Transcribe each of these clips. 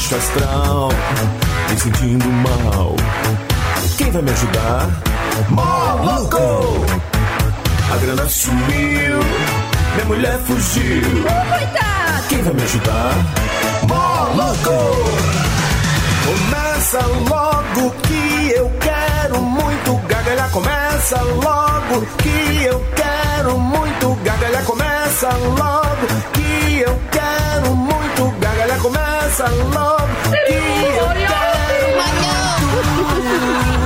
baixo astral, me sentindo mal. Quem vai me ajudar? Moloco! A grana sumiu, minha mulher fugiu. Coitado! Quem vai me ajudar? Moloco! Começa logo que eu quero muito gargalhar. Começa logo que eu quero muito gargalhar. Começa logo que eu quero muito gargalhar. Começa logo que eu quero muito.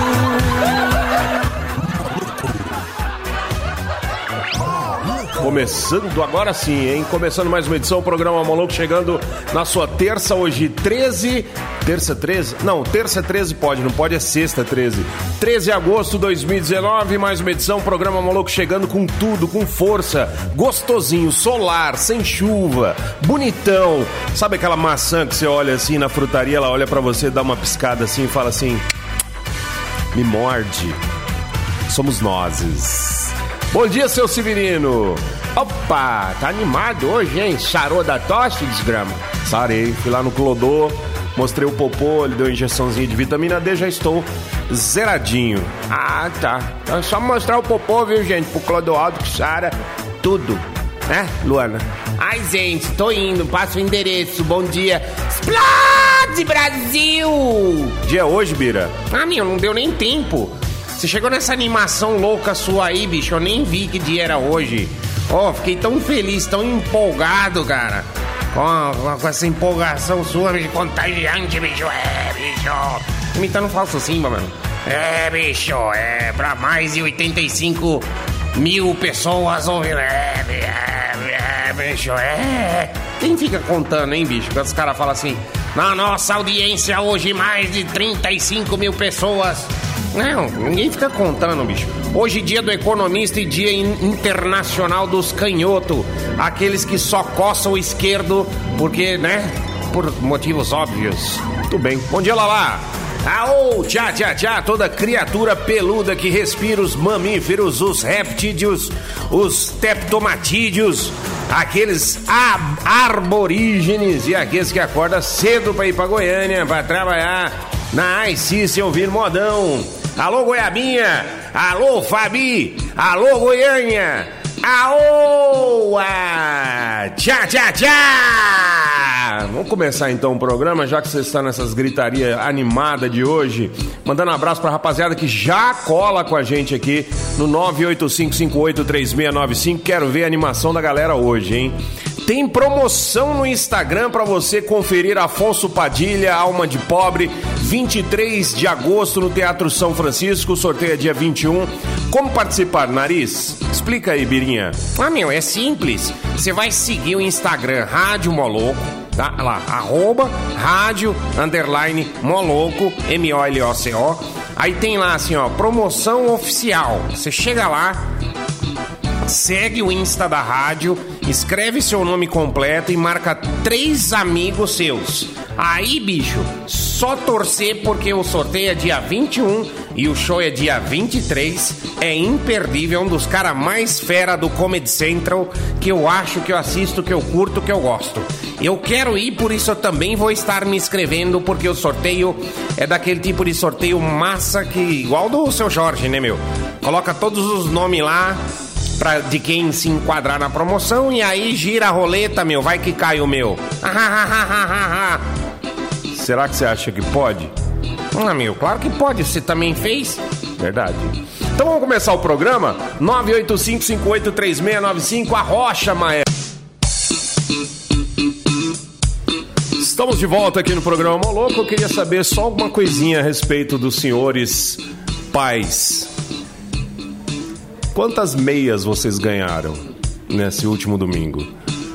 Começando agora sim, hein? Começando mais uma edição, o programa Moloco chegando na sua terça, hoje 13... Terça 13? Não, terça 13 pode, não pode, é sexta 13. 13 de agosto de 2019, mais uma edição, programa Moloco chegando com tudo, com força, gostosinho, solar, sem chuva, bonitão. Sabe aquela maçã que você olha assim na frutaria, ela olha pra você, dá uma piscada assim e fala assim: me morde. Somos nozes. Bom dia, seu Severino. Opa, tá animado hoje, hein? Sarou da tosse, desgrama? Sarei, fui lá no Clodô, mostrei o popô, ele deu injeçãozinha de vitamina D, já estou zeradinho. Ah, tá. Então é só mostrar o popô, viu, gente? Pro Clodoaldo que sara tudo. Né, Luana? Ai, gente, tô indo, passo o endereço, bom dia. Explode, Brasil! Dia hoje, Bira? Ah, meu, não deu nem tempo. Você chegou nessa animação louca sua aí, bicho, eu nem vi que dia era hoje. Fiquei tão feliz, tão empolgado, cara. Com essa empolgação sua, bicho, contagiante, bicho. Bicho. Imitando falso Simba, mano. Bicho, pra mais de 85 mil pessoas ouvindo. Bicho, Quem fica contando, hein, bicho? Quando os caras falam assim: na nossa audiência hoje, mais de 35 mil pessoas. Não, ninguém fica contando, bicho. Hoje dia do economista e dia internacional dos canhotos. Aqueles que só coçam o esquerdo porque, né, por motivos óbvios. Tudo bem. Bom dia, Lala. Aô, tchá, tchá, tchá. Toda criatura peluda que respira os mamíferos, os répteis, os teptomatídeos, aqueles arborígenes e aqueles que acordam cedo pra ir pra Goiânia, pra trabalhar na IC sem ouvir modão. Alô, Goiabinha! Alô, Fabi! Alô, Goiânia! Aoa! Tchá, tchá, tchá! Vamos começar então o programa, já que você está nessas gritarias animadas de hoje. Mandando um abraço pra rapaziada que já cola com a gente aqui no 985583695. Quero ver a animação da galera hoje, hein? Tem promoção no Instagram para você conferir. Afonso Padilha, Alma de Pobre, 23 de agosto no Teatro São Francisco, sorteio é dia 21. Como participar, Nariz? Explica aí, Birinha. Ah, meu, é simples. Você vai seguir o Instagram Rádio Moloco, tá? Lá, @rádio_moloco, MOLOCO. Aí tem lá assim, ó, promoção oficial. Você chega lá, segue o Insta da rádio, escreve seu nome completo e marca 3 amigos seus. Aí, bicho, só torcer porque o sorteio é dia 21 e o show é dia 23. É imperdível, um dos caras mais fera do Comedy Central que eu acho, que eu assisto, que eu curto, que eu gosto. Eu quero ir, por isso eu também vou estar me inscrevendo, porque o sorteio é daquele tipo de sorteio massa que, igual do seu Jorge, né, meu? Coloca todos os nomes lá de quem se enquadrar na promoção e aí gira a roleta, meu, vai que cai o meu. Será que você acha que pode? Ah, meu, claro que pode, você também fez. Verdade. Então vamos começar o programa? 985583695, a Rocha, maestro. Estamos de volta aqui no programa Moloco. Eu queria saber só alguma coisinha a respeito dos senhores pais. Quantas meias vocês ganharam nesse último domingo?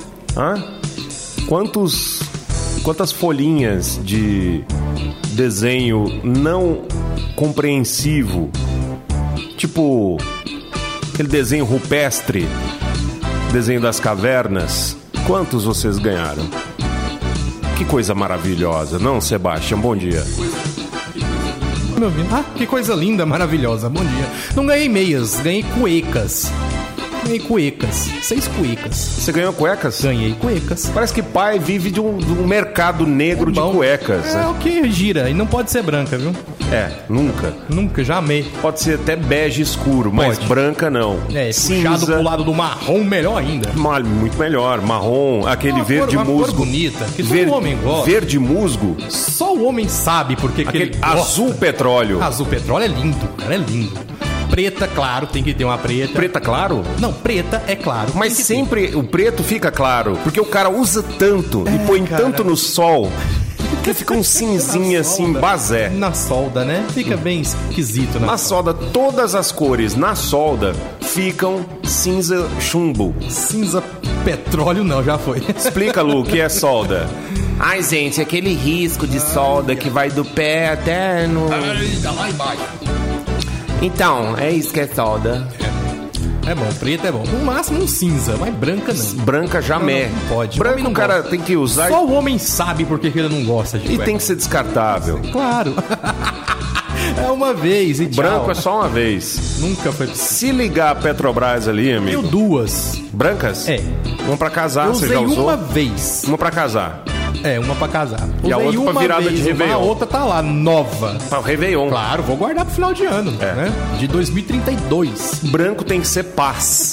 Quantas folhinhas de desenho não compreensivo, tipo aquele desenho rupestre, desenho das cavernas, quantos vocês ganharam? Que coisa maravilhosa, não, Sebastião? Bom dia. Me ouvindo? Ah, que coisa linda, maravilhosa, bom dia. Não ganhei meias, ganhei cuecas. ganhei cuecas. 6 cuecas. Você ganhou cuecas? Ganhei cuecas. Parece que pai vive de um mercado negro de cuecas. É o que gira. E não pode ser branca, viu? Nunca. Nunca, já amei. Pode ser até bege escuro, mas branca não. Puxado pro lado do marrom, melhor ainda. Muito melhor. Marrom, aquele verde musgo. Uma cor bonita, que só o homem gosta. Verde musgo. Só o homem sabe porque que ele gosta. Azul petróleo. Azul petróleo é lindo, cara, é lindo. Preta, claro, tem que ter uma preta. Preta claro? Não, preta é claro. Mas sempre o preto fica claro, porque o cara usa tanto e põe tanto no sol que fica um cinzinha assim, basé. Na solda, né? Fica bem esquisito. Na solda, todas as cores na solda ficam cinza chumbo. Cinza petróleo não, já foi. Explica, Lu, o que é solda. Ai, gente, aquele risco de solda que vai do pé até no... lá embaixo. Então, é isso que é solda. É bom, preto é bom. No máximo um cinza, mas branca não. Branca jamais. Não pode. Branca não o cara gosta. tem que usar. Só o homem sabe porque ele não gosta de cueca. E tem que ser descartável. Claro. É uma vez e tchau. Branco é só uma vez. Nunca foi. Se ligar a Petrobras ali, amigo. Tenho 2. Brancas? É. Uma pra casar, eu você já usou? uma vez. Uma pra casar. Uma pra casar. E a outra pra virada de Réveillon. A outra tá lá, nova. Pra Réveillon. Claro, vou guardar pro final de ano, né? De 2032. Branco tem que ser paz.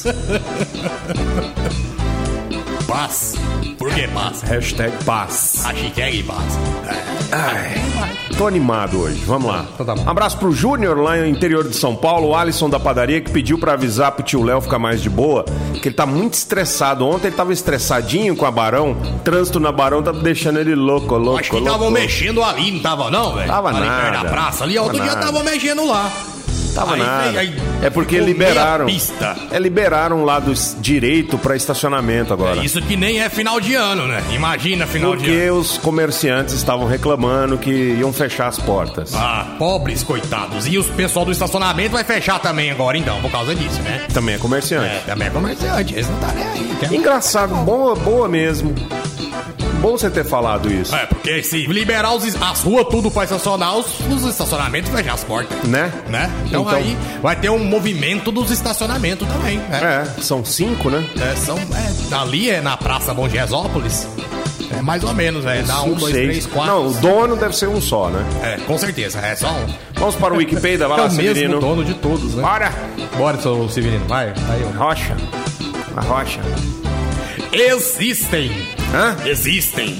Paz? Por que paz? Hashtag paz. Hashtag paz. Ai, tô animado hoje, vamos lá. Então tá bom. Um abraço pro Júnior lá no interior de São Paulo, o Alisson da padaria, que pediu pra avisar pro tio Léo ficar mais de boa, que ele tá muito estressado. Ontem ele tava estressadinho com a Barão, trânsito na Barão tá deixando ele louco. Acho que estavam mexendo ali, não tava não, velho? Tava ali nada. Na praça ali, outro dia tava mexendo lá. Tava nada. É porque liberaram. Liberaram lá do direito pra estacionamento agora. É isso que nem é final de ano, né? Imagina final de ano. Porque os comerciantes estavam reclamando que iam fechar as portas. Pobres coitados. E o pessoal do estacionamento vai fechar também agora, então, por causa disso, né? Também é comerciante. Também é comerciante. Eles não tá nem aí. Engraçado, boa mesmo. Bom você ter falado isso. Porque se liberar as ruas tudo pra estacionar, os estacionamentos fecham as portas. Né? Então aí vai ter um movimento dos estacionamentos também. São 5, né? Ali é na Praça Bom Gesópolis. É mais ou menos, dá 1, 2, 3, 4. Não, o dono deve ser um só, né? Com certeza, é só um. Vamos para o Wikipedia, vai lá, Severino. É o mesmo dono de todos, né? Bora, seu Severino, vai. Rocha. A Rocha. Existem. Hã? Existem.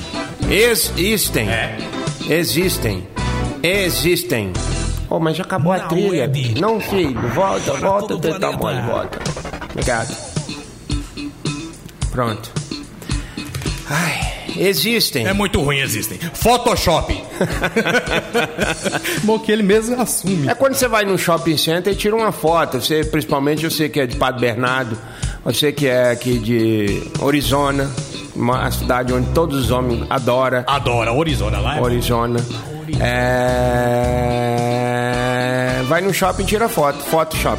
Existem. Oh, mas já acabou a trilha. Não, filho. Volta, tentar mole, volta. Obrigado. Pronto. Existem. É muito ruim, existem. Photoshop. Bom, que ele mesmo assume. É quando você vai num shopping center e tira uma foto. Principalmente você que é de Padre Bernardo, você que é aqui de Arizona, uma cidade onde todos os homens adoram. Adora, Arizona lá. Arizona. Vai no shopping e tira foto. Photoshop.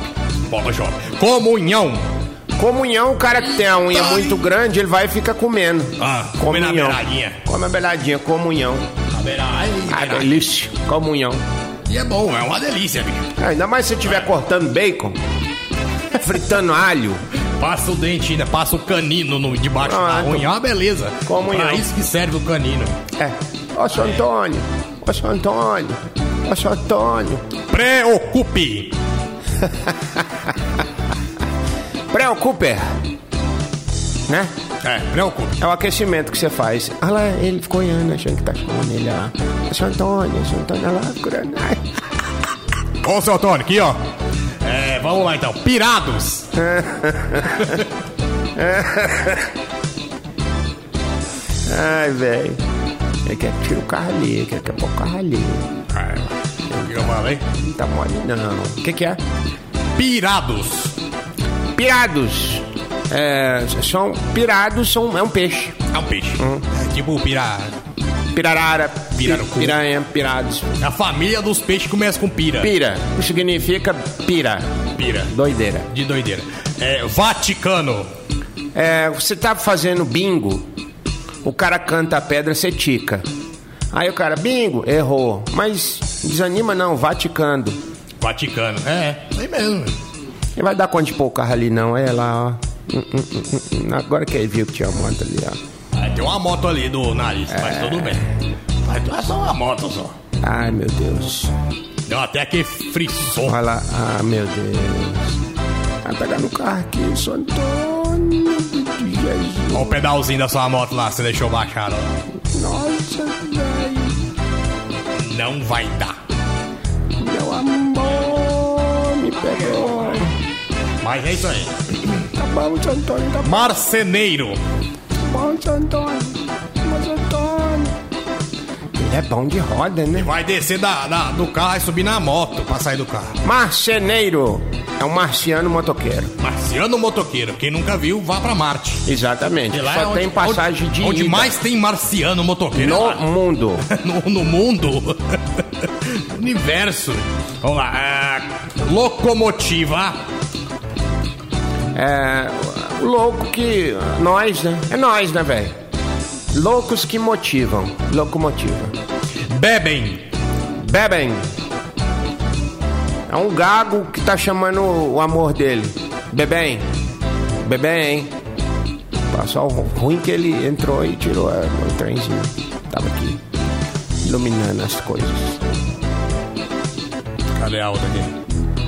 Comunhão, o cara que tem a unha muito grande, ele vai e fica comendo. Come na beiradinha. Come a beiradinha, comunhão. Delícia, comunhão. E é bom, é uma delícia, bicho. Ainda mais se você estiver cortando bacon, fritando alho. Passa o dente ainda, passa o canino debaixo da unha, é uma beleza. Comunhão. Pra isso que serve o canino. Ó, seu Antônio. Preocupe. Preocupe, né? Preocupe. É o aquecimento que você faz. Olha lá, ele ficou olhando, achando que tá chamando ele lá. Seu Antônio lá, curando. Ô, seu Antônio, aqui, ó. Vamos lá, então. Pirados. Ai, velho. Ele quer tirar o carro ali, quer pôr o carro ali. O que eu falei? Não tá mole, não. O que é? Pirados. São pirados, é um peixe. É um peixe. É tipo pirarara, pirarucu, piranha, pirados. A família dos peixes começa com pira. Pira, o que significa pira. Doideira. De doideira. Vaticano. Você tá fazendo bingo, o cara canta a pedra, você tica. Aí o cara, bingo, errou. Mas desanima não, Vaticano. Vaticano, aí mesmo. Ele vai dar conta de pôr o carro ali não, lá, ó. Agora que ele viu que tinha uma moto ali, ó. Tem uma moto ali do nariz, mas tudo bem. Mas é só uma moto só. Ai, meu Deus. Deu até que frisson. Olha lá, meu Deus. Vai pegar no carro aqui, São Antônio de Jesus. Olha o pedalzinho da sua moto lá, você deixou baixar, ó. Nossa, velho. Não vai dar. Meu amor, me pegou. Mas é isso aí. Tá bom, São Antônio, tá bom. Marceneiro. Bom, São Antônio. Mas Antônio. Ele é bom de roda, né? Vai descer do carro e subir na moto pra sair do carro. Marceneiro. É um marciano motoqueiro. Marciano motoqueiro. Quem nunca viu, vá pra Marte. Exatamente. E lá Só tem passagem de onde ida. mais tem marciano motoqueiro. No mundo. no mundo. Universo. Vamos lá. Locomotiva. Louco que... Nós, né? É nós, né, velho? Loucos que motivam. Locomotiva. Bebem. É um gago que tá chamando o amor dele. Bebem. Só o ruim que ele entrou e tirou o trenzinho. Tava aqui iluminando as coisas. Cadê a outra aqui?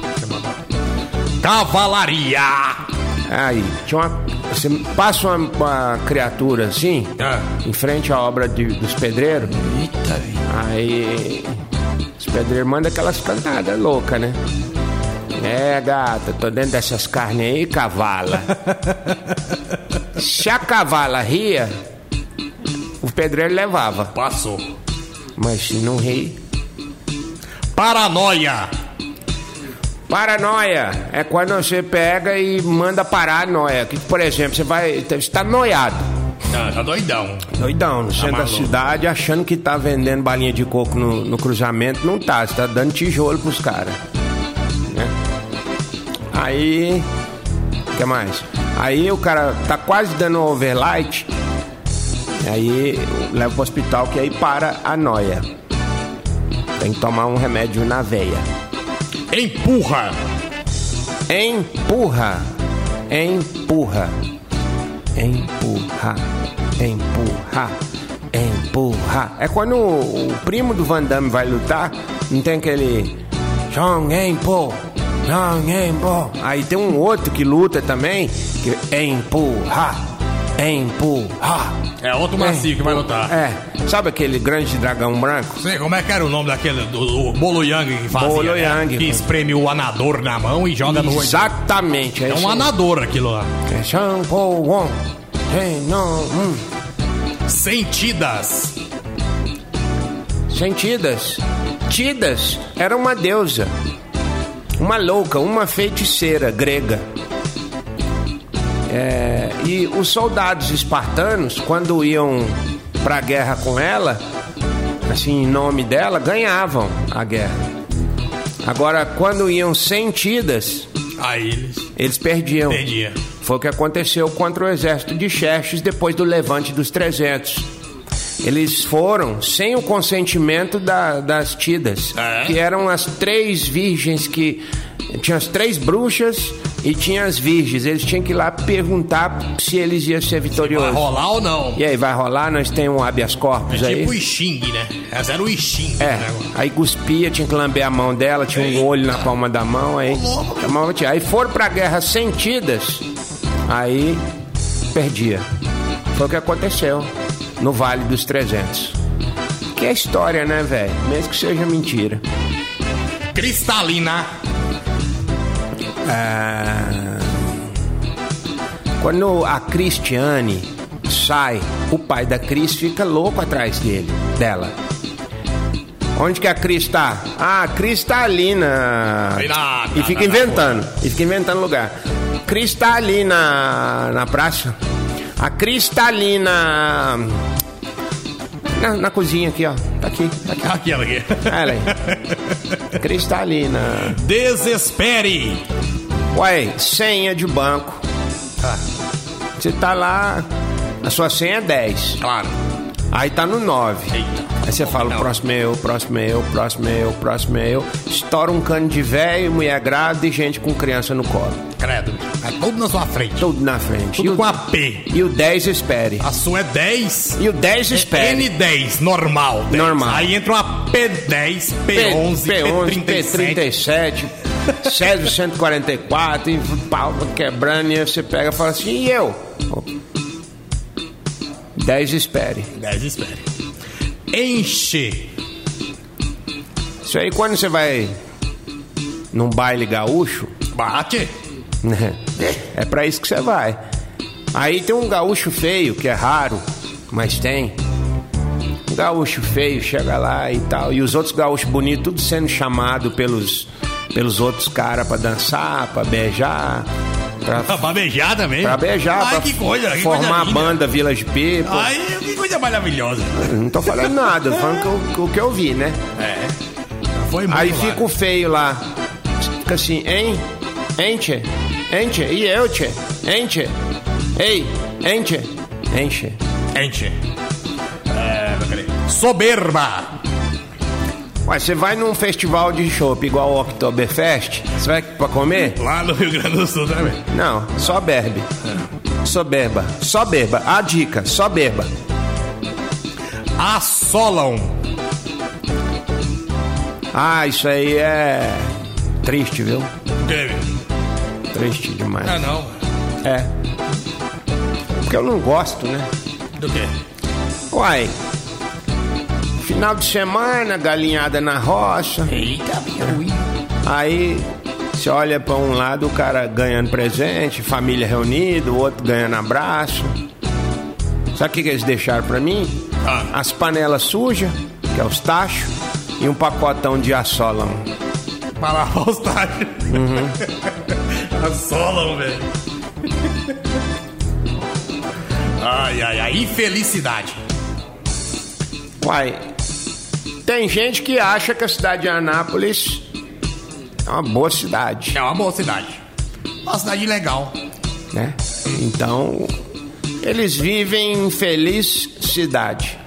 Cavalaria. Aí, tinha você passa uma criatura assim, em frente à obra dos pedreiros. Eita, aí os pedreiros mandam aquelas cantadas loucas, né? É, gata, tô dentro dessas carnes aí, cavala. Se a cavala ria, o pedreiro levava. Passou. Mas se não ri... Paranoia é quando você pega e manda parar a noia. Que, por exemplo, você tá noiado. Tá doidão. Doidão, no centro da cidade, achando que tá vendendo balinha de coco no cruzamento. Não tá, você tá dando tijolo pros caras, né? Aí, o que mais? Aí o cara tá quase dando overlight. Aí leva pro hospital, que aí para a noia. Tem que tomar um remédio na veia. Empurra. É quando o primo do Van Damme vai lutar, não tem aquele Jong Empo. Aí tem um outro que luta também, que empurra. É outro macio que vai lutar. Sabe aquele grande dragão branco? Sei, como é que era o nome daquele do Bolo Yang que fazia? Bolo né? Yang. Que espreme o anador na mão e joga no olho. Exatamente. É um anador aquilo lá. Sentidas. Tidas era uma deusa, uma louca, uma feiticeira grega. E os soldados espartanos, quando iam pra guerra com ela, assim, em nome dela, ganhavam a guerra. Agora, quando iam sem Tidas, aí eles perdiam. Foi o que aconteceu contra o exército de Xerxes depois do levante dos 300. Eles foram sem o consentimento das Tidas, que eram as 3 virgens que... Tinha as 3 bruxas e tinha as virgens. Eles tinham que ir lá perguntar se eles iam ser vitoriosos. Vai rolar ou não? E aí, vai rolar? Nós temos um habeas corpus aí. Tipo o Xing, né? Elas eram o Xing. Aí cuspia, tinha que lamber a mão dela, tinha um olho na palma da mão. Aí foram pra guerra sentidas, aí perdia. Foi o que aconteceu no Vale dos 300. Que é história, né, velho? Mesmo que seja mentira. Cristalina. Quando a Cristiane sai, o pai da Cris fica louco atrás dela. Onde que a Cris tá? A Cris tá ali e fica inventando lugar. Cris tá ali na praça. A Cris tá ali na cozinha aqui, ó. Tá aqui. Aquela aqui. Ela aí. Cris tá ali na... Desespere. Ué, senha de banco. Você tá lá, a sua senha é 10. Claro. Aí tá no 9. Eita. Aí você fala, o próximo é eu, próximo é eu, próximo é eu, próximo é eu. Estoura um cano de velho, mulher grávida e gente com criança no colo. Credo. É tudo na sua frente. Tudo na frente. Tudo com a P. E o 10 espere. A sua é 10. E o 10 espere. N10, normal. 10. Normal. Aí entra uma P10, P11, P11, P37. P37, Césio 144, e pau quebrando, e aí você pega e fala assim, e eu? 10 espere. 10 espere. Enche. Isso aí quando você vai num baile gaúcho, Bate. é pra isso que você vai. Aí tem um gaúcho feio, que é raro, mas tem. Um gaúcho feio chega lá e tal, e os outros gaúchos bonitos tudo sendo chamado pelos outros caras pra dançar, pra beijar. Pra beijar também? Pra beijar, Ai, pra que coisa, que formar coisa a banda Village People. Ai, que coisa maravilhosa. Não tô falando nada, tô falando o que eu vi, né? É. Foi muito Aí lá. fica o feio lá. Fica assim, hein? Enche, enche, e eu, tchê? Enche, ei, enche, enche. Enche. Meu querido. Soberba. Ué, você vai num festival de chopp igual o Oktoberfest, você vai pra comer? Lá no Rio Grande do Sul também. Não, só bebe. Só beba, só beba. A dica, só beba. Assolam. Ah, isso aí é triste, viu? Que? Triste demais. Ah, não. É. Porque eu não gosto, né? Do quê? Uai, final de semana, galinhada na roça. Eita, meu. Aí você olha pra um lado, o cara ganhando presente, família reunida, o outro ganhando abraço. Sabe o que eles deixaram pra mim? Ah. As panelas sujas, que é os tachos, e um pacotão de assolam. Para lavar os tachos. Assolam, velho. Ai, ai, ai. Infelicidade. Uai, tem gente que acha que a cidade de Anápolis é uma boa cidade, É uma boa cidade. Uma cidade legal. né? Então, eles vivem em feliz cidade.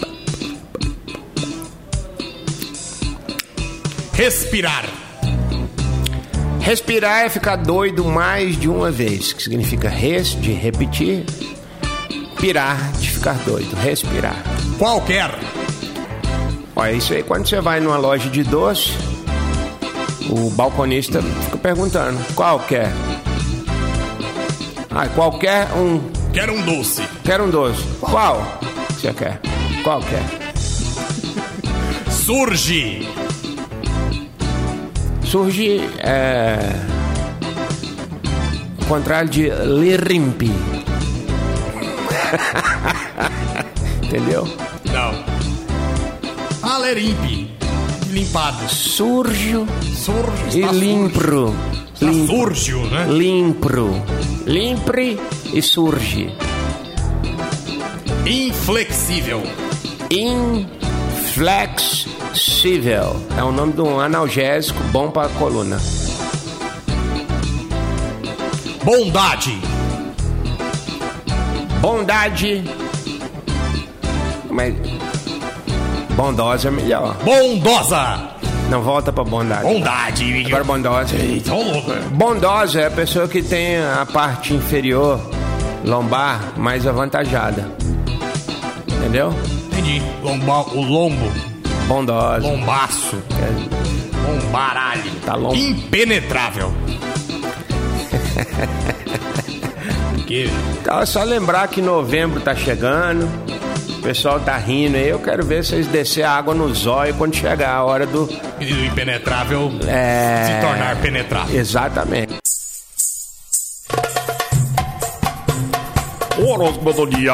Respirar. Respirar é ficar doido mais de uma vez, que significa res, de repetir, pirar, de ficar doido, respirar. Qualquer. Olha, isso aí, quando você vai numa loja de doce, o balconista fica perguntando, qual quer? Ah, qualquer um. Quero um doce. Quero um doce. Qual você quer? Qual quer? Surge. Surge, o contrário de lirimpi. Entendeu? Não. Alerimpe. Limpado. Surge Surge. e limpro. Lim- Surge, né? Limpro. Limpre e surge. Inflexível. Inflexível. É o nome de um analgésico bom para a coluna. Bondade. Bondade. Mas bondosa é melhor. Bondosa. Não volta pra bondade. Bondade. Agora bondosa. Eita, ô louco. Bondosa é a pessoa que tem a parte inferior lombar mais avantajada. Entendeu? Entendi. O lombo. Bondosa. Lombaço. Lombaralho. Tá lombo. Impenetrável. Que? Então é só lembrar que novembro tá chegando. O pessoal tá rindo aí. Eu quero ver vocês descer a água no zóio quando chegar a hora do... E o impenetrável se tornar penetrável. Exatamente. Horóscopo do dia.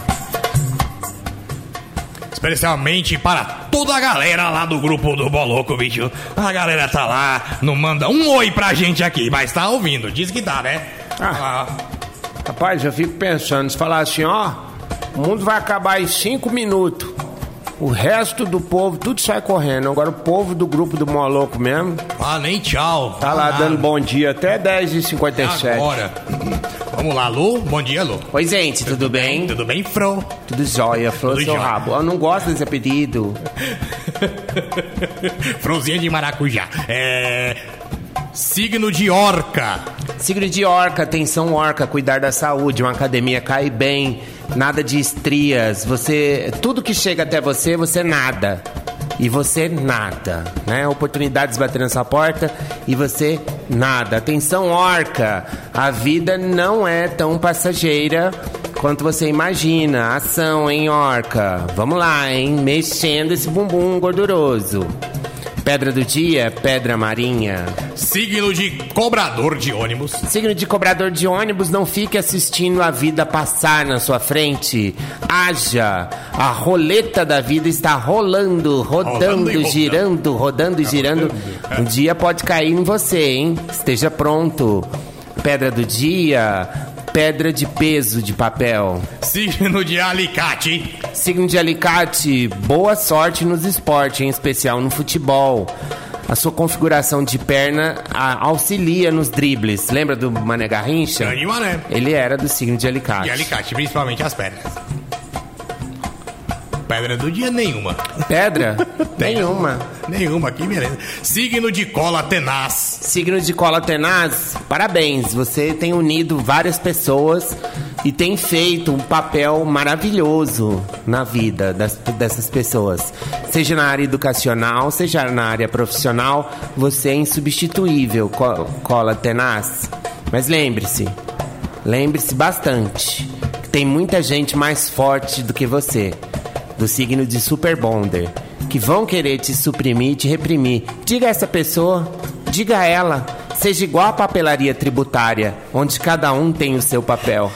Especialmente para toda a galera lá do grupo do Boloco, bicho. A galera tá lá, não manda um oi pra gente aqui, mas tá ouvindo. Diz que tá, né? Ah. Rapaz, eu fico pensando, se falar assim, ó, o mundo vai acabar em 5 minutos. O resto do povo, tudo sai correndo. Agora o povo do grupo do Moloco mesmo, Ah, nem tchau. tá lá Nada. dando bom dia até 10h57. Agora. Vamos lá, Lu. Bom dia, Lu. Oi, gente, tudo bem? Tudo bem, Fro? Tudo jóia, Fro, Tudo seu jóia. rabo. Eu não gosto desse apelido. Frozinha de maracujá. Signo de orca. Signo de orca, atenção orca, cuidar da saúde, uma academia cai bem, nada de estrias, tudo que chega até você, você nada. E você nada, né? Oportunidades batendo na sua porta e você nada. Atenção orca, a vida não é tão passageira quanto você imagina. Ação, hein, orca? Vamos lá, hein? Mexendo esse bumbum gorduroso. Pedra do dia, pedra marinha. Signo de cobrador de ônibus. Signo de cobrador de ônibus, não fique assistindo a vida passar na sua frente. Haja, a roleta da vida está rolando, rodando, girando, rodando e girando. Um dia pode cair em você, hein? Esteja pronto. Pedra do dia, pedra de peso de papel. Signo de alicate. Signo de alicate, boa sorte nos esportes, em especial no futebol. A sua configuração de perna auxilia nos dribles. Lembra do Mané Garrincha? Grande Mané. Ele era do signo de alicate. E alicate, principalmente as pedras. Pedra do dia, nenhuma. Pedra? Nenhuma. Nenhuma, que beleza. Signo de cola tenaz. Signo de cola tenaz, parabéns. Você tem unido várias pessoas e tem feito um papel maravilhoso na vida dessas pessoas. Seja na área educacional, seja na área profissional, você é insubstituível, cola tenaz. Mas lembre-se bastante, que tem muita gente mais forte do que você, do signo de Super Bonder, que vão querer te suprimir e te reprimir. Diga a essa pessoa, diga a ela, seja igual a papelaria tributária, onde cada um tem o seu papel.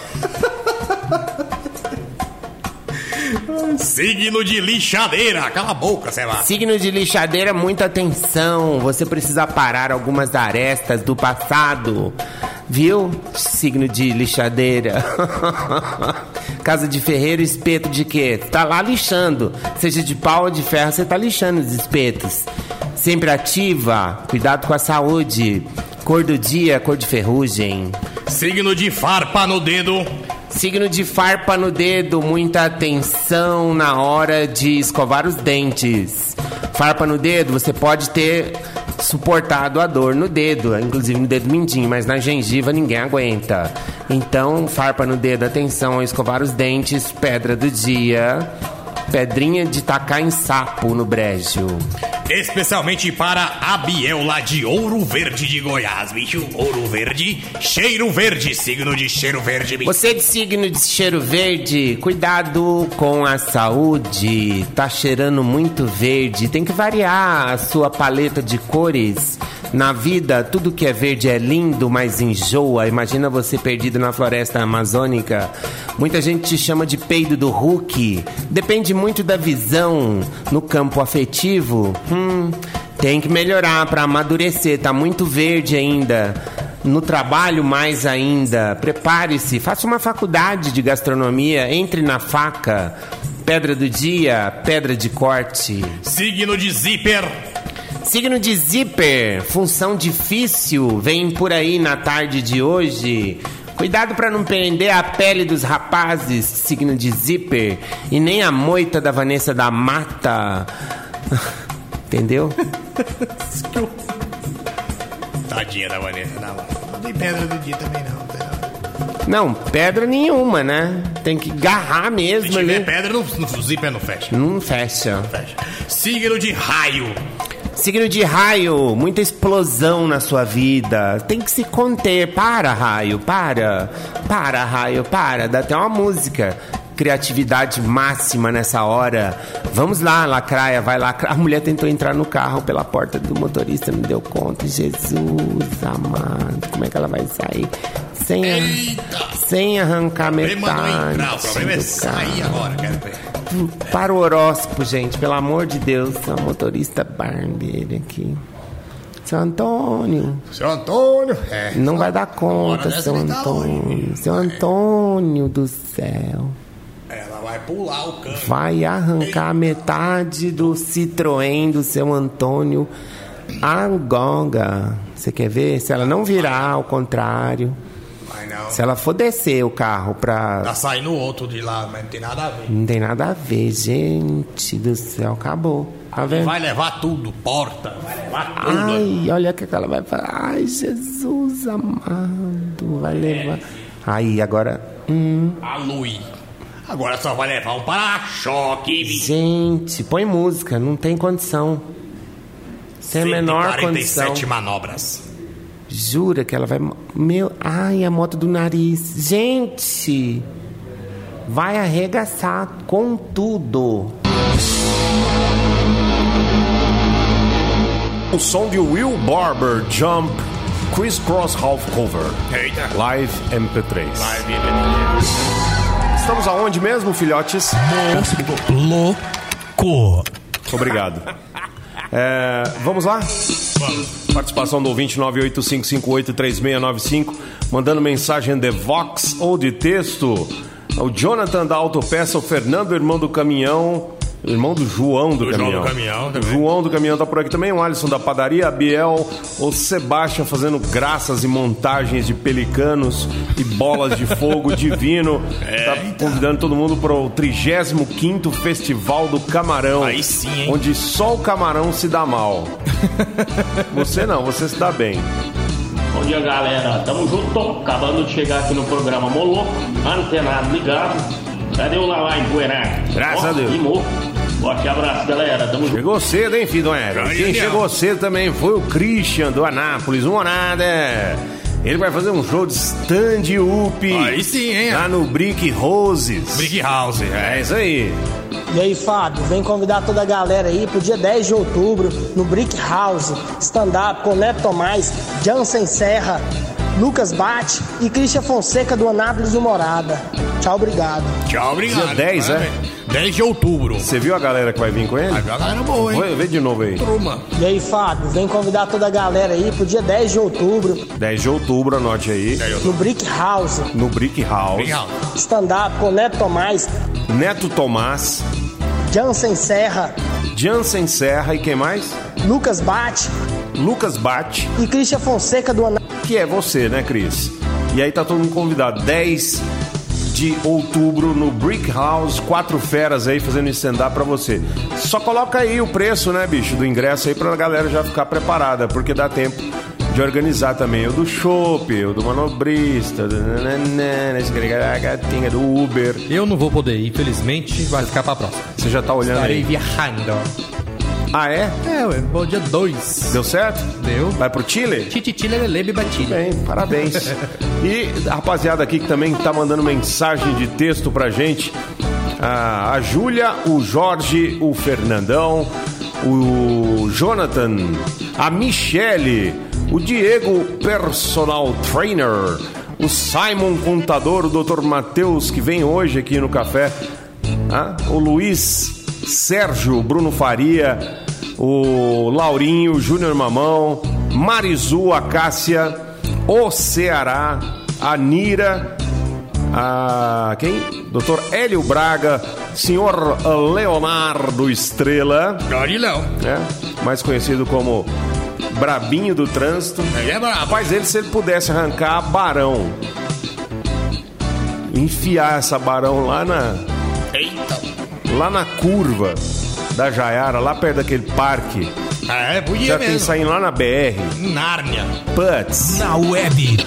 Signo de lixadeira. Cala a boca, sei lá. Signo de lixadeira, muita atenção. Você precisa parar algumas arestas do passado. Viu? Signo de lixadeira. Casa de ferreiro, espeto de quê? Tá lá lixando. Seja de pau ou de ferro, você tá lixando os espetos. Sempre ativa. Cuidado com a saúde. Cor do dia, cor de ferrugem. Signo de farpa no dedo. Signo de farpa no dedo, muita atenção na hora de escovar os dentes. Farpa no dedo, você pode ter suportado a dor no dedo, inclusive no dedo mindinho, mas na gengiva ninguém aguenta. Então, farpa no dedo, atenção ao escovar os dentes. Pedra do dia, pedrinha de tacar em sapo no brejo. Especialmente para a Biel lá de Ouro Verde de Goiás, bicho. Ouro Verde, cheiro verde, signo de cheiro verde, bicho. Você de signo de cheiro verde, cuidado com a saúde. Tá cheirando muito verde. Tem que variar a sua paleta de cores. Na vida, tudo que é verde é lindo, mas enjoa. Imagina você perdido na floresta amazônica. Muita gente te chama de peido do Hulk. Depende muito da visão. No campo afetivo, tem que melhorar para amadurecer. Tá muito verde ainda. No trabalho, mais ainda. Prepare-se, faça uma faculdade de gastronomia. Entre na faca. Pedra do dia, pedra de corte. Signo de zíper. Signo de zíper, função difícil, vem por aí na tarde de hoje. Cuidado para não prender a pele dos rapazes, signo de zíper, e nem a moita da Vanessa da Mata. Entendeu? Tadinha da Vanessa da Mata. Não tem pedra do dia também não. Não, pedra nenhuma, né? Tem que agarrar mesmo. Se tiver ali. pedra, no zíper não fecha. Não fecha. Fecha. Signo de raio. Signo de raio, muita explosão na sua vida. Tem que se conter. Para, raio, para. Para, raio, para. Dá até uma música. Criatividade máxima nessa hora. Vamos lá, lacraia, vai lacrar. A mulher tentou entrar no carro pela porta do motorista, não deu conta. Jesus amado, como é que ela vai sair? Sem arrancar metade. Não, o problema é sair agora, quero ver. Para o horóscopo, gente, pelo amor de Deus. A motorista barbeira aqui. Seu Antônio. Seu Antônio. Não vai dar conta, seu Antônio. Seu Antônio do céu. Ela vai pular o cano. Vai arrancar metade do Citroën do seu Antônio agora. Você quer ver? Se ela não virar ao contrário. Vai não. Se ela for descer o carro pra... Tá saindo outro de lá, mas não tem nada a ver. Não tem nada a ver, gente do céu, acabou. Tá vendo? Vai levar tudo, porta, vai levar tudo. Ai, olha o que ela vai falar. Ai, Jesus amado, vai levar... Aí, agora... A Lui. Agora só vai levar um para-choque. Gente, põe música, não tem condição. Sem a menor condição. 147 manobras. Jura que ela vai... Ai, a moto do nariz. Gente, vai arregaçar com tudo. O som de Will Barber, Jump, Criss Cross Half Cover. Eita. Live MP3. Live MP3. Estamos aonde mesmo, filhotes? Louco. Obrigado. Vamos lá? Vamos. Participação do ouvinte 985583695, mandando mensagem de Vox ou de texto. O Jonathan da Autopeça, o Fernando, irmão do caminhão, irmão do João do caminhão. João do caminhão também. João do caminhão tá por aqui também. O Alisson da padaria, a Biel, o Sebastião fazendo graças e montagens de pelicanos e bolas de fogo divino. Tá convidando todo mundo para o 35º Festival do Camarão. Aí sim, hein? Onde só o camarão se dá mal. Você não, você se dá bem. Bom dia, galera. Tamo junto. Acabando de chegar aqui no programa Moloco. Antenado ligado. Cadê o Lalá empoeirado? Graças a Deus. Limou. Forte abraço, galera. Tamo junto. Chegou cedo, hein, filho do Hélio? Quem chegou cedo também foi o Christian do Anápolis. Um nada. Ele vai fazer um show de stand-up. Aí sim, hein? Lá no Brick Roses. Brick House. É isso aí. E aí, Fábio, vem convidar toda a galera aí pro dia 10 de outubro no Brick House, stand-up com Neto Tomás, Jansen Serra, Lucas Bate e Christian Fonseca do Anápolis do Morada. Tchau, obrigado. Tchau, obrigado. Dia 10, parabéns. 10 de outubro. Você viu a galera que vai vir com ele? Vai ver a galera boa, hein? Vê de novo aí. Turma. E aí, Fábio, vem convidar toda a galera aí pro dia 10 de outubro 10 de outubro, anote aí. no Brick House, No Brick House. Brick House. stand-up com Neto Tomás, Neto Tomás, Jansen Serra, Jansen Serra e quem mais? Lucas Bate Lucas Bate, e Christian Fonseca do Anápolis. que é você, né, Cris? E aí tá todo mundo convidado. 10 de outubro no Brick House, 4 feras aí fazendo stand-up pra você. Só coloca aí o preço, né, bicho, do ingresso aí pra galera já ficar preparada, porque dá tempo de organizar também o do chopp, o do manobrista, a gatinha do Uber. Eu não vou poder ir, infelizmente, vai ficar pra próxima. Você já tá olhando Estarei aí? viajando. Ah, é? Bom dia 2. Deu certo? Deu. Vai pro Chile? Tititile, lelebe, batilha. Bem, parabéns. E a rapaziada aqui que também tá mandando mensagem de texto pra gente, a Júlia, o Jorge, o Fernandão, o Jonathan, a Michele, o Diego, personal trainer, o Simon, contador, o Dr. Matheus, que vem hoje aqui no café, o Luiz, Sérgio, Bruno Faria, o Laurinho, o Júnior Mamão, Marizu, a Cássia, o Ceará, a Nira, quem? Dr. Hélio Braga, senhor Leonardo Estrela, Garilhão. mais conhecido como Brabinho do Trânsito. Ele é brabo. Rapaz, se ele pudesse arrancar Barão, enfiar essa Barão lá na curva da Jaiara, lá perto daquele parque, Podia já mesmo. tem saindo lá na BR. Nárnia. Putz. Na web.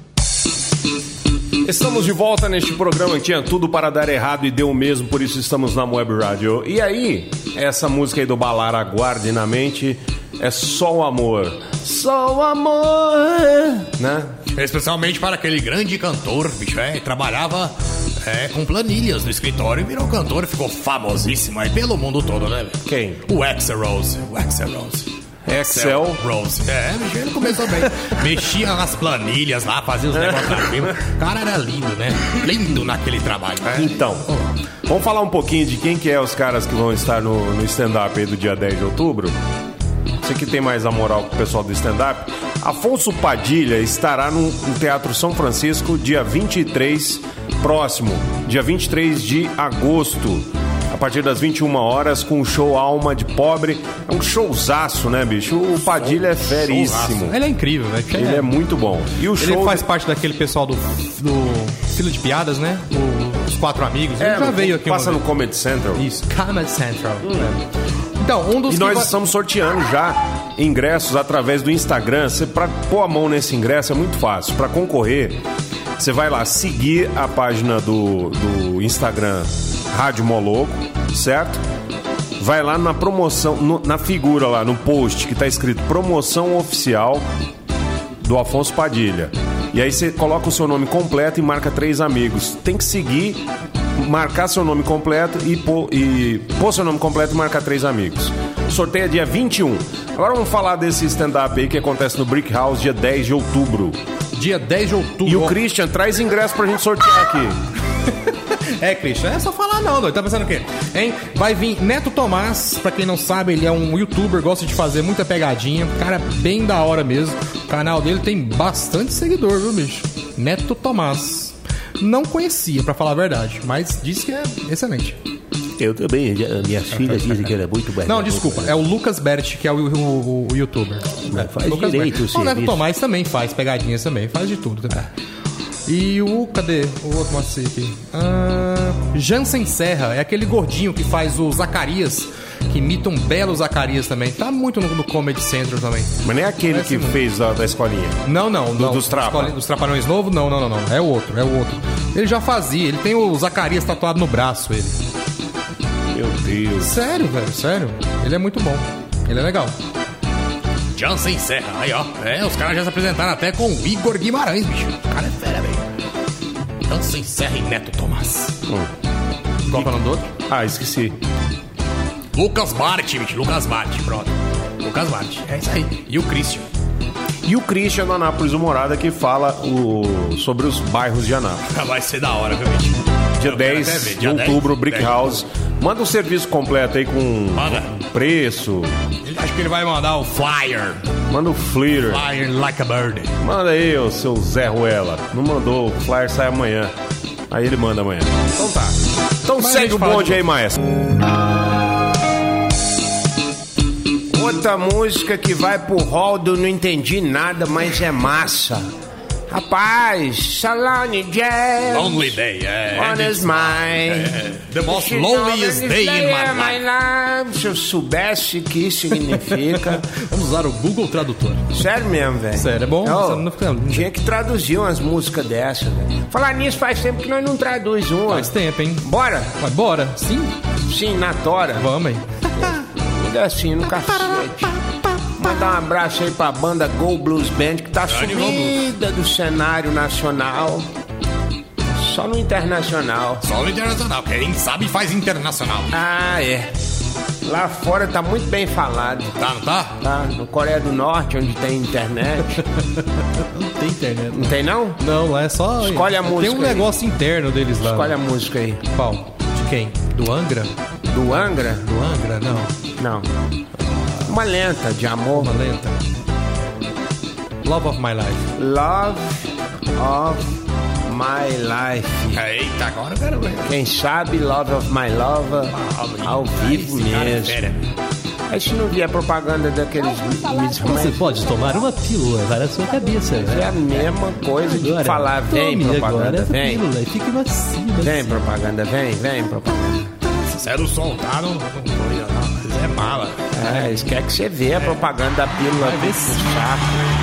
Estamos de volta neste programa que tinha tudo para dar errado e deu mesmo, por isso estamos na Web Radio. E aí, essa música aí do Balar, aguarde na mente, é só o amor. Só o amor, né? Especialmente para aquele grande cantor, bicho, trabalhava com planilhas no escritório e virou cantor e ficou famosíssimo aí pelo mundo todo, né? Quem? O Axl Rose. O Axl Rose. Axl Rose. Bicho, ele começou bem. Mexia nas planilhas lá, fazia os negócios na firma. O cara era lindo, né? Lindo naquele trabalho. Então, vamos falar um pouquinho de quem que é os caras que vão estar no stand-up aí do dia 10 de outubro. Você que tem mais a moral com o pessoal do stand-up. Afonso Padilha estará no Teatro São Francisco dia 23, próximo, dia 23 de agosto. a partir das 21 horas, com o show Alma de Pobre. É um showzaço, né, bicho? O Padilha é feríssimo. Ele é incrível, velho. Ele é muito bom. E o Ele show faz parte daquele pessoal do Fila de Piadas, né? Os Quatro Amigos. Ele já veio aqui. Passa uma no vez. Comedy Central. Isso, Comedy Central. Então, um dos E nós estamos sorteando já ingressos através do Instagram. Você, pra pôr a mão nesse ingresso é muito fácil. Pra concorrer, você vai lá seguir a página do Instagram Rádio Moloco, certo? Vai lá na promoção, na figura lá, no post que tá escrito promoção oficial do Afonso Padilha. E aí você coloca o seu nome completo e marca 3 amigos. Tem que seguir, marcar seu nome completo e pôr seu nome completo e marcar 3 amigos. O sorteio é dia 21. Agora vamos falar desse stand-up aí que acontece no Brick House dia 10 de outubro. Dia 10 de outubro. E o Christian traz ingresso pra gente sortear aqui. Christian, é só falar não, doido. Tá pensando o quê? Hein? Vai vir Neto Tomás, pra quem não sabe, ele é um youtuber, gosta de fazer muita pegadinha, cara bem da hora mesmo. O canal dele tem bastante seguidor, viu, bicho? Neto Tomás. Não conhecia, pra falar a verdade, mas disse que é excelente. Eu também, minhas filhas dizem que ele é muito bom. Não, desculpa, é o Lucas Bert, que é o youtuber. Faz Lucas direito Bert. o O Neto serviço. Tomás também faz pegadinhas também, faz de tudo também. E cadê o outro mostra aqui? Jansen Serra, é aquele gordinho que faz o Zacarias, que imita um belo Zacarias também. Tá muito no Comedy Central também. Mas nem é aquele Parece que muito. fez da escolinha. Não. Dos Trapa. Dos Trapalhões Novo? Não. É o outro. Ele já fazia, ele tem o Zacarias tatuado no braço, ele. Meu Deus. Sério, velho, sério. Ele é muito bom. Ele é legal. Jansen Serra, aí ó. Os caras já se apresentaram até com o Igor Guimarães, bicho. O cara é fera, velho. Jansen Serra e Neto Tomás. Qual é o nome do outro? Ah, esqueci. Lucas Bart, bicho. Lucas Bart, pronto. Lucas Bart, é isso aí. E o Christian. E o Christian do Anápolis Humorada que fala sobre os bairros de Anápolis. Vai ser da hora, viu, bicho? Dia Eu quero 10 até ver, de dia outubro, 10, Brick 10. House. Manda um serviço completo aí com Manda. preço. Acho que ele vai mandar o flyer. Manda o flyer. Flyer like a bird. Manda aí, ô seu Zé Ruela. Não mandou, o flyer sai amanhã. Aí ele manda amanhã. Então tá. Então Mas a segue gente o fala bonde de aí, maestro. Outra música que vai pro hall do Não Entendi Nada, mas é massa. Rapaz, Salone Jazz. Lonely day, One is mine. The most loneliest day in my life. Se eu soubesse o que isso significa. Vamos usar o Google Tradutor. Sério mesmo, velho. Sério, é bom? Ó, Não fica- tinha que traduzir umas músicas dessas, velho. Falar nisso, faz tempo que nós não traduz uma. Faz tempo, hein? Bora? Mas bora? Sim? Sim, na tora. Vamos, hein? Ainda assim, no cacete. Mandar um abraço aí pra banda Go Blues Band, que tá sumida do cenário nacional. Só no internacional. Só no internacional. Quem sabe faz internacional. Ah, é. Lá fora tá muito bem falado. Tá, não tá? Tá? No Coreia do Norte, onde tem internet. Não tem internet. Não tem, não? Não, lá é só... Escolhe a música Tem um aí. negócio interno deles lá. Escolhe a música aí. Qual? De quem? Do Angra? Do Angra? Do Angra? Não. Não. Uma lenta de amor. Uma lenta. Love of My Life. Love of My Life. Eita, agora eu quero ver. Quem sabe Love of My Lover ao vivo Esse cara é mesmo. fera. Aí se não vier propaganda daqueles... Você pode tomar uma pílula para a sua cabeça. É a mesma coisa de Agora, falar, vem tome agora propaganda, essa vem. pílula e fique macio. Vem propaganda, vem propaganda. Se é do som, tá? Não coisa não. Mas é mala. É, eles querem que você vê a propaganda da pílula. Vai ver do sim. saco.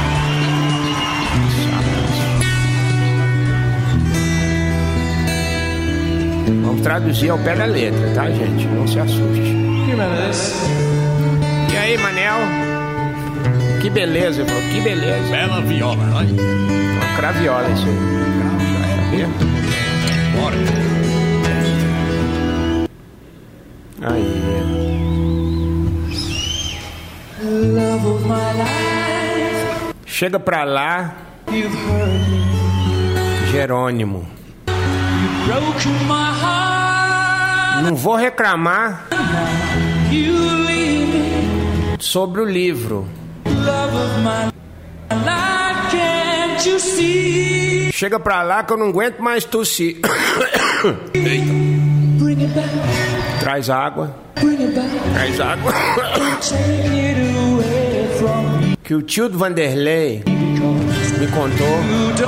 Vamos traduzir ao pé da letra, tá, gente? Não se assuste. E aí, Manel? Que beleza, ele falou, que beleza. Bela viola, olha. Uma craviola isso aí. Sabia? Bora. Aí. Chega pra lá, Jerônimo. Não vou reclamar sobre o livro. Chega pra lá que eu não aguento mais tossir. Traz água. Traz água. Que o tio do Vanderlei me contou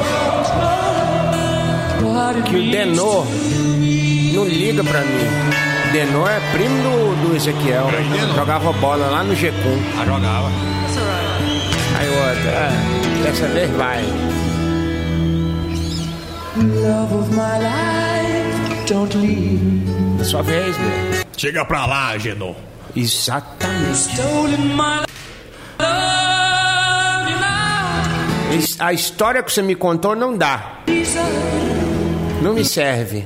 que o Denor não liga pra mim. Denor é primo do Ezequiel. Jogava bola lá no G1. Jogava. Aí outra, dessa vez vai. É sua vez, meu. Chega pra lá, Genô. Exatamente. A história que você me contou não dá. Não me serve.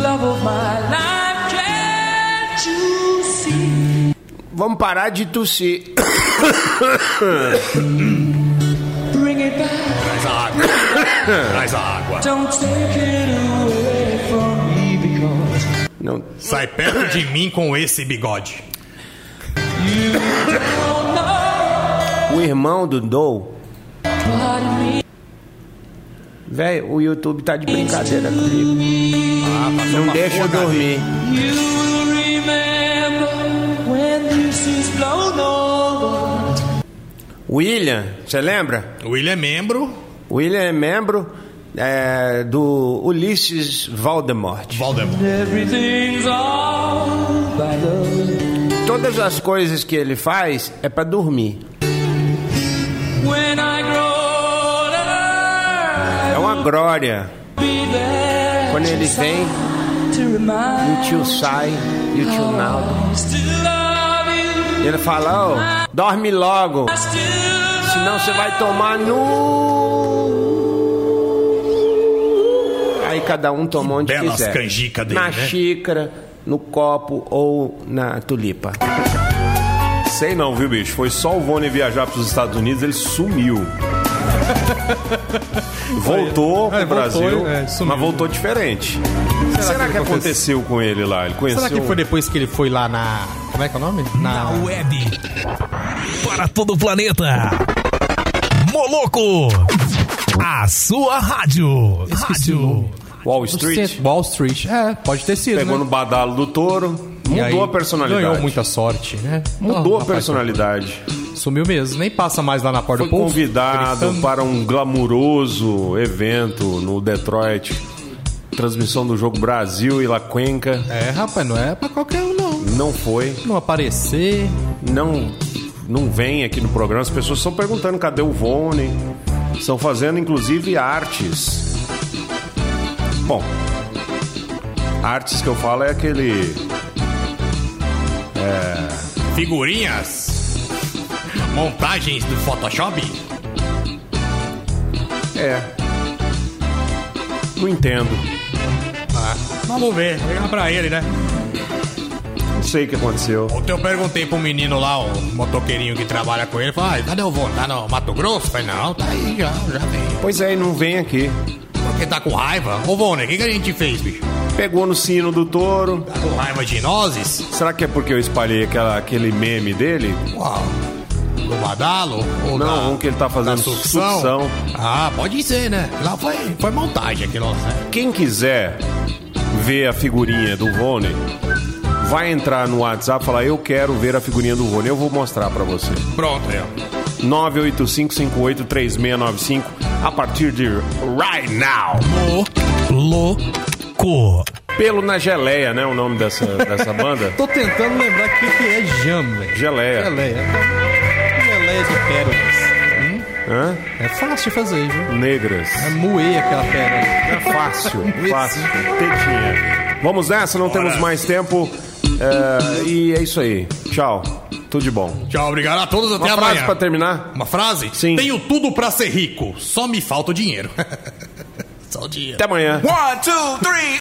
Vamos parar de tossir. Traz a água. Traz a água. Não. Sai perto de mim com esse bigode. O irmão do Dou. Velho, o YouTube tá de brincadeira comigo. Não deixa eu dormir. William, você lembra? O William é membro. William é membro do Ulisses Voldemort. Todas as coisas que ele faz é pra dormir. É uma glória. Quando ele vem, o tio sai e o tio Naldo. Ele fala, ô, dorme logo, senão você vai tomar Aí cada um toma onde Belas quiser. canjicas dele, na né? xícara, no copo ou na tulipa. Sei não, viu, bicho? Foi só o Vone viajar pros Estados Unidos, ele sumiu. Voltou pro Brasil, mas voltou diferente. Será que aconteceu com ele lá? Ele conheceu... Será que foi depois que ele foi lá na... Como é que é o nome? Na web. Para todo o planeta. Moloco. A sua rádio. Esqueci o nome. Wall Street? Wall Street. Pode ter sido, Pegou né? no badalo do touro, mudou a personalidade. Ganhou muita sorte, né? Mudou a personalidade. Sumiu mesmo, nem passa mais lá na porta Foi do povo. convidado para um glamuroso evento no Detroit. Transmissão do jogo Brasil e La Cuenca. Rapaz, não é pra qualquer um, não. Não foi. Não aparecer. Não vem aqui no programa. As pessoas estão perguntando cadê o Vone. Estão fazendo, inclusive, artes. Bom, artes que eu falo é aquele... Figurinhas. Montagens do Photoshop. Não entendo. Vamos ver, ligar pra ele, né? Não sei o que aconteceu. Ontem eu perguntei pro menino lá, o motoqueirinho que trabalha com ele, falei, cadê o vô? Tá no Mato Grosso? Falei, não, tá aí já vem. Pois é, e não vem aqui. Porque tá com raiva? Ô, Vone, o que a gente fez, bicho? Pegou no sino do touro. Tá com raiva de nozes? Será que é porque eu espalhei aquele meme dele? Uau. Do badalo? Ou não, um que ele tá fazendo sucção. Pode ser, né? Lá foi montagem aquilo lá, né? Quem quiser ver a figurinha do Vone, vai entrar no WhatsApp e falar, eu quero ver a figurinha do Vone. Eu vou mostrar pra você. Pronto, 985583695 a partir de right now. Louco. Pelo na Geleia, né? O nome dessa banda. Tô tentando lembrar o que é jam, velho. Geleia. Geleia de pérolas. Hã? É fácil de fazer, viu? Negras. É moer aquela pérola. É fácil. Tetinha. Vamos nessa, não temos mais tempo. E é isso aí. Tchau. Tudo de bom. Tchau, obrigado a todos, até Uma amanhã. frase pra terminar? Uma frase? Sim. Tenho tudo pra ser rico, só me falta o dinheiro. Só o dinheiro. Até amanhã. 1, 2, 3.